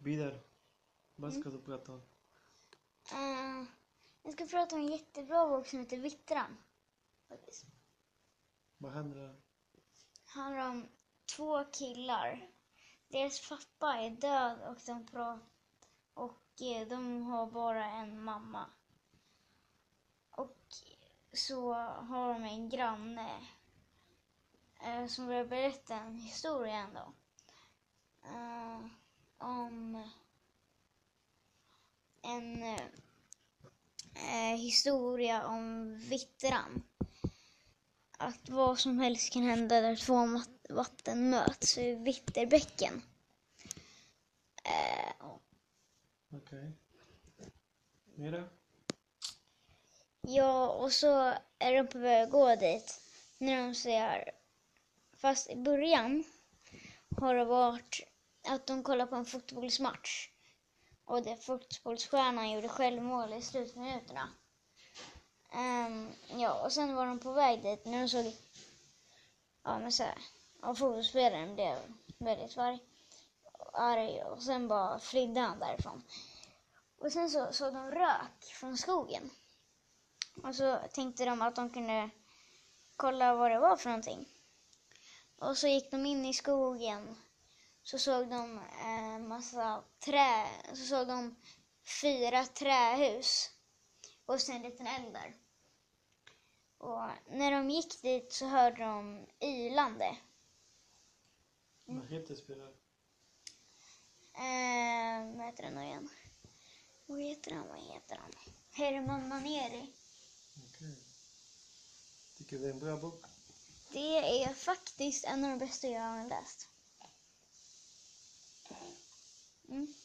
Vidare. Vad ska du prata om? Jag ska prata om en jättebra bok som heter Vittran. Faktiskt. Vad handlar det om? Det handlar om 2 killar. Deras pappa är död och de har bara en mamma. Och så har de en granne som börjar berätta en historia ändå. Om en historia om vittran. Att vad som helst kan hända där 2 vatten möts i Vitterbäcken. Okej. Mera? Ja, och så är de på väg att gå dit. När de ser, fast i början har det varit att de kollar på en fotbollsmatch. Och det fotbollsstjärnan gjorde självmål i slutminuterna. Ja, och sen var de på väg dit när de såg och fotbollsspelaren blev väldigt arg och sen bara flydde han därifrån. Och sen så såg de rök från skogen. Och så tänkte de att de kunde kolla vad det var för någonting. Och så gick de in i skogen. Så såg de massa så såg de 4 trähus och sen en liten eld där. Och när de gick dit så hörde de ylande. Vad heter spelaren? Vad heter den igen? Vad heter han? Herman Maneri. Okej. Tycker du det är en bra bok? Det är faktiskt en av de bästa jag har läst.